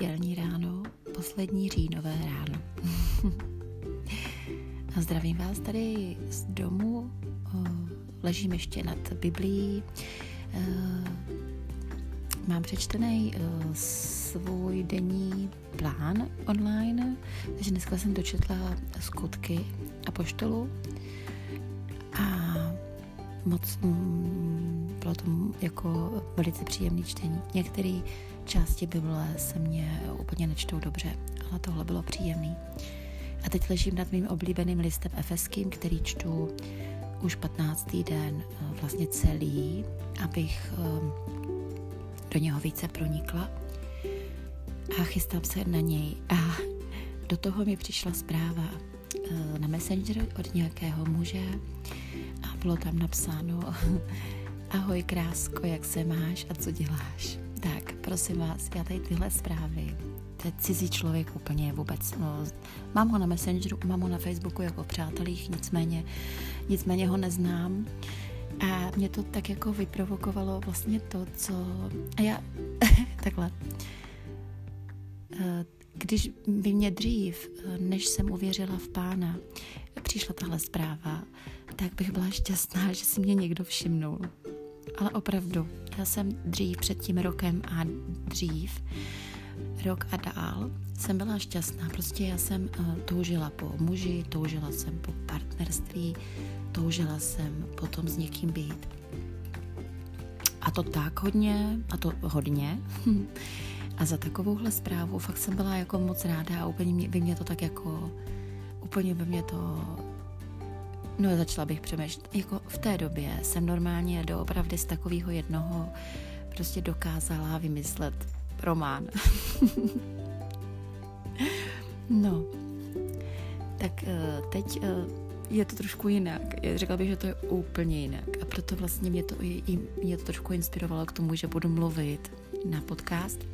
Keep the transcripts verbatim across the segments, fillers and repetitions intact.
nedělní ráno, poslední říjnové ráno. A zdravím vás tady z domu, ležím ještě nad Biblií, mám přečtený svůj denní plán online, takže dneska jsem dočetla Skutky apoštolů a moc mm, bylo to jako velice příjemný čtení. Některé části Bible se mě úplně nečtou dobře, ale tohle bylo příjemný. A teď ležím nad mým oblíbeným listem Efeským, který čtu už patnáctý den, vlastně celý, abych do něho více pronikla. A chystám se na něj. A do toho mi přišla zpráva na Messenger od nějakého muže a bylo tam napsáno: ahoj krásko, jak se máš a co děláš? Tak, prosím vás, já tady tyhle zprávy, to je cizí člověk úplně vůbec. No, mám ho na Messengeru, mám ho na Facebooku jako v přátelích, nicméně, nicméně ho neznám. A mě to tak jako vyprovokovalo vlastně to, co... A já... takhle. Když by mě dřív, než jsem uvěřila v Pána, přišla tahle zpráva, tak bych byla šťastná, že si mě někdo všimnul. Ale opravdu, já jsem dřív, před tím rokem a dřív, rok a dál, jsem byla šťastná. Prostě já jsem uh, toužila po muži, toužila jsem po partnerství, toužila jsem potom s někým být. A to tak hodně, a to hodně. A za takovouhle zprávu fakt jsem byla jako moc ráda a úplně mě, by mě to tak jako, úplně by mě to, no začala bych přemýšlet. Jako v té době jsem normálně doopravdy z takového jednoho prostě dokázala vymyslet román. No, tak teď je to trošku jinak. Řekla bych, že to je úplně jinak. A proto vlastně mě to, mě to trošku inspirovalo k tomu, že budu mluvit na podcast,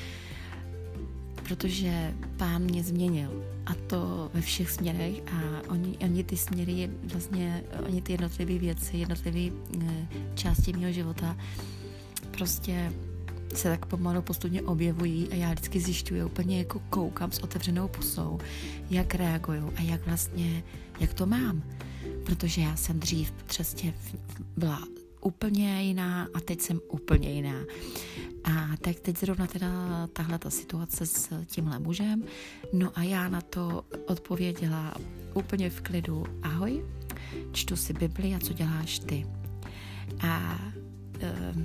protože Pán mě změnil. A to ve všech směrech. A oni, oni ty směry, vlastně, oni ty jednotlivé věci, jednotlivé části mého života prostě se tak pomalu postupně objevují a já vždycky zjišťuju, úplně jako koukám s otevřenou pusou, jak reaguju a jak vlastně, jak to mám. Protože já jsem dřív přesně byla úplně jiná a teď jsem úplně jiná. A tak teď zrovna teda tahle ta situace s tímhle mužem, no a já na to odpověděla úplně v klidu: ahoj, čtu si Bibli a co děláš ty? A um,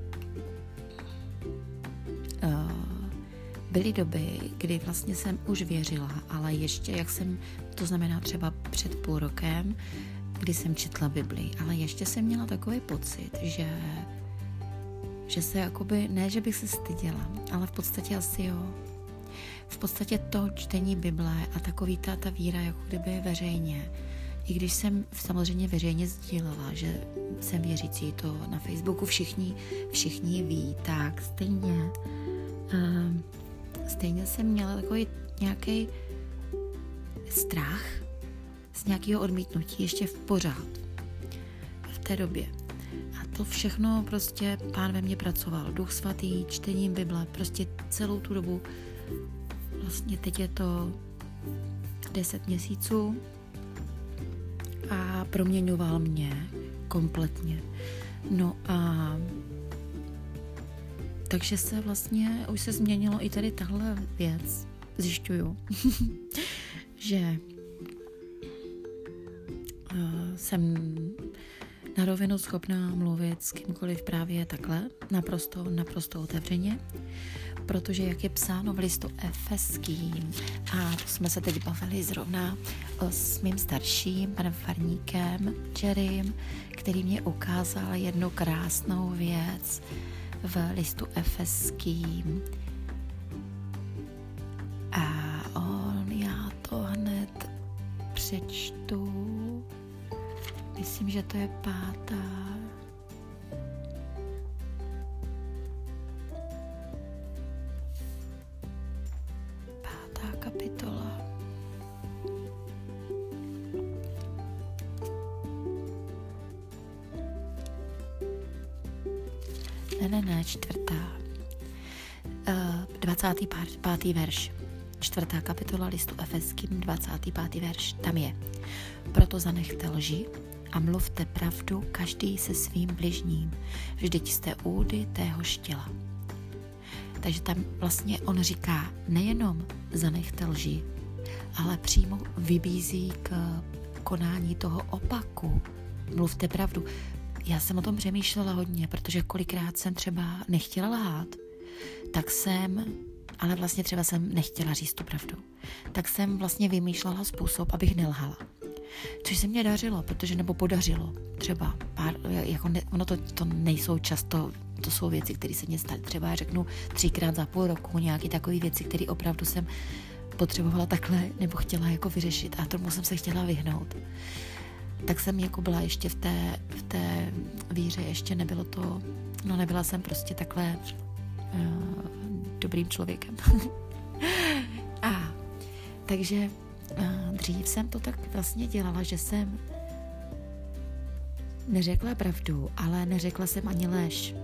byly doby, kdy vlastně jsem už věřila, ale ještě, jak jsem, to znamená třeba před půl rokem, kdy jsem četla Bibli, ale ještě jsem měla takový pocit, že, že se jakoby, ne, že bych se styděla, ale v podstatě asi jo. V podstatě to čtení Bible a takový ta, ta víra jako kdyby veřejně. I když jsem samozřejmě veřejně sdílela, že jsem věřící, to na Facebooku všichni, všichni ví, tak stejně uh, stejně jsem měla takový nějaký strach z nějakého odmítnutí ještě v pořád v té době. A to všechno prostě Pán ve mně pracoval. Duch svatý, čtením Bible, prostě celou tu dobu. Vlastně teď je to deset měsíců a proměňoval mě kompletně. No a takže se vlastně už se změnilo i tady tahle věc. Zjišťuju, že uh, jsem na rovinu schopná mluvit s kýmkoliv právě takhle, naprosto, naprosto otevřeně, protože jak je psáno v listu Efeským, a to jsme se teď bavili zrovna s mým starším, panem farníkem Jerrym, který mě ukázal jednu krásnou věc v listu Efeským. A on, já to hned přečtu, myslím, že to je pátá. Pátá kapitola. Ne, ne, ne, čtvrtá. Uh, dvacátý pátý verš, čtvrtá kapitola listu Efeským, dvacátý pátý verš, tam je: proto zanechte lži a mluvte pravdu každý se svým bližním, vždyť jste údy téhož těla. Takže tam vlastně on říká, nejenom zanechte lži, ale přímo vybízí k konání toho opaku. Mluvte pravdu. Já jsem o tom přemýšlela hodně, protože kolikrát jsem třeba nechtěla lhát, tak jsem, ale vlastně třeba jsem nechtěla říct tu pravdu, tak jsem vlastně vymýšlela způsob, abych nelhala. Což se mě dařilo, protože nebo podařilo. Třeba pár, jako ne, ono to, to nejsou často, to jsou věci, které se mě staly. Třeba já řeknu třikrát za půl roku nějaké takové věci, které opravdu jsem potřebovala takhle nebo chtěla jako vyřešit a tomu jsem se chtěla vyhnout. Tak jsem jako byla ještě v té, v té víře, ještě nebylo to, no nebyla jsem prostě takhle uh, dobrým člověkem. a takže uh, dřív jsem to tak vlastně dělala, že jsem neřekla pravdu, ale neřekla jsem ani lež.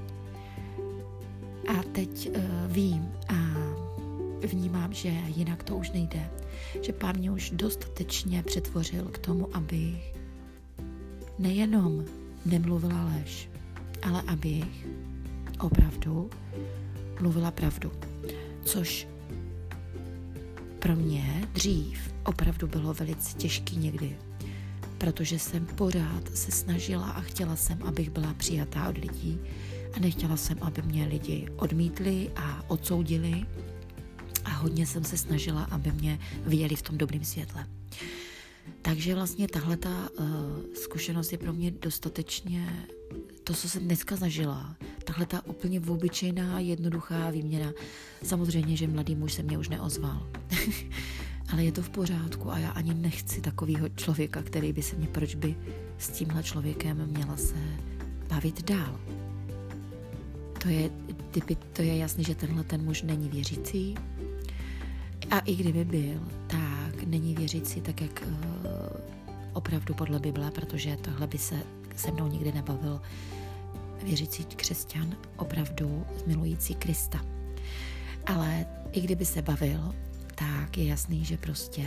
A teď uh, vím a vnímám, že jinak to už nejde. Že Pán mě už dostatečně přetvořil k tomu, abych nejenom nemluvila lež, ale abych opravdu mluvila pravdu. Což pro mě dřív opravdu bylo velice těžký někdy, protože jsem pořád se snažila a chtěla jsem, abych byla přijatá od lidí a nechtěla jsem, aby mě lidi odmítli a odsoudili. A hodně jsem se snažila, aby mě viděli v tom dobrém světle. Takže vlastně tahleta uh, zkušenost je pro mě dostatečně to, co jsem dneska zažila. Tahleta úplně obyčejná, jednoduchá výměna. Samozřejmě, že mladý muž se mě už neozval. Ale je to v pořádku a já ani nechci takovýho člověka, který by se mě, proč by s tímhle člověkem měla se bavit dál. To je, typy, to je jasný, že tenhle ten muž není věřící. A i kdyby byl, tak není věřící tak, jak uh, opravdu podle Bible, protože tohle by se se mnou nikdy nebavil věřící křesťan, opravdu milující Krista. Ale i kdyby se bavil, tak je jasný, že prostě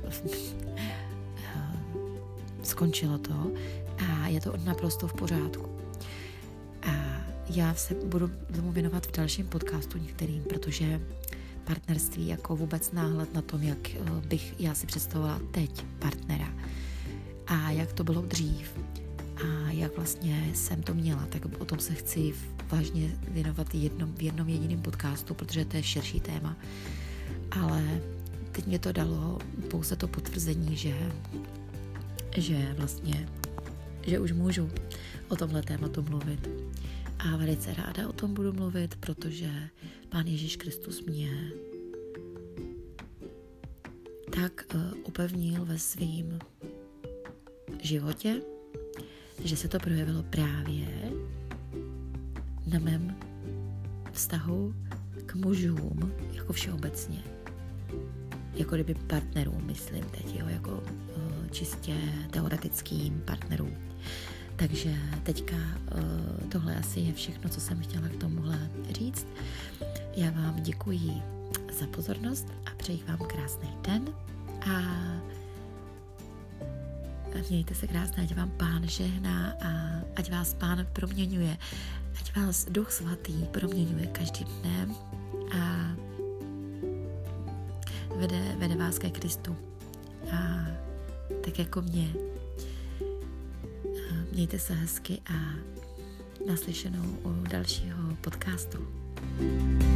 skončilo to a je to naprosto v pořádku. A já se budu tomu věnovat v dalším podcastu některým, protože partnerství jako vůbec náhled na tom, jak bych já si představovala teď partnera a jak to bylo dřív a jak vlastně jsem to měla, tak o tom se chci vážně věnovat jednom, v jednom jediném podcastu, protože to je širší téma. Ale teď mě to dalo pouze to potvrzení, že, že vlastně, že už můžu o tomhle tématu mluvit. A velice ráda o tom budu mluvit, protože Pán Ježíš Kristus mě tak uh, upevnil ve svém životě, že se to projevilo právě na mém vztahu k mužům, jako všeobecně. Jako kdyby partnerům, myslím teď, jo, jako uh, čistě teoretickým partnerům. Takže teďka uh, tohle asi je všechno, co jsem chtěla k tomuhle říct. Já vám děkuji za pozornost a přeji vám krásný den a mějte se krásně, ať vám Pán žehná a ať vás Pán proměňuje, ať vás Duch Svatý proměňuje každým dnem a vede, vede vás ke Kristu. A tak jako mě. Mějte se hezky a naslyšenou u dalšího podcastu.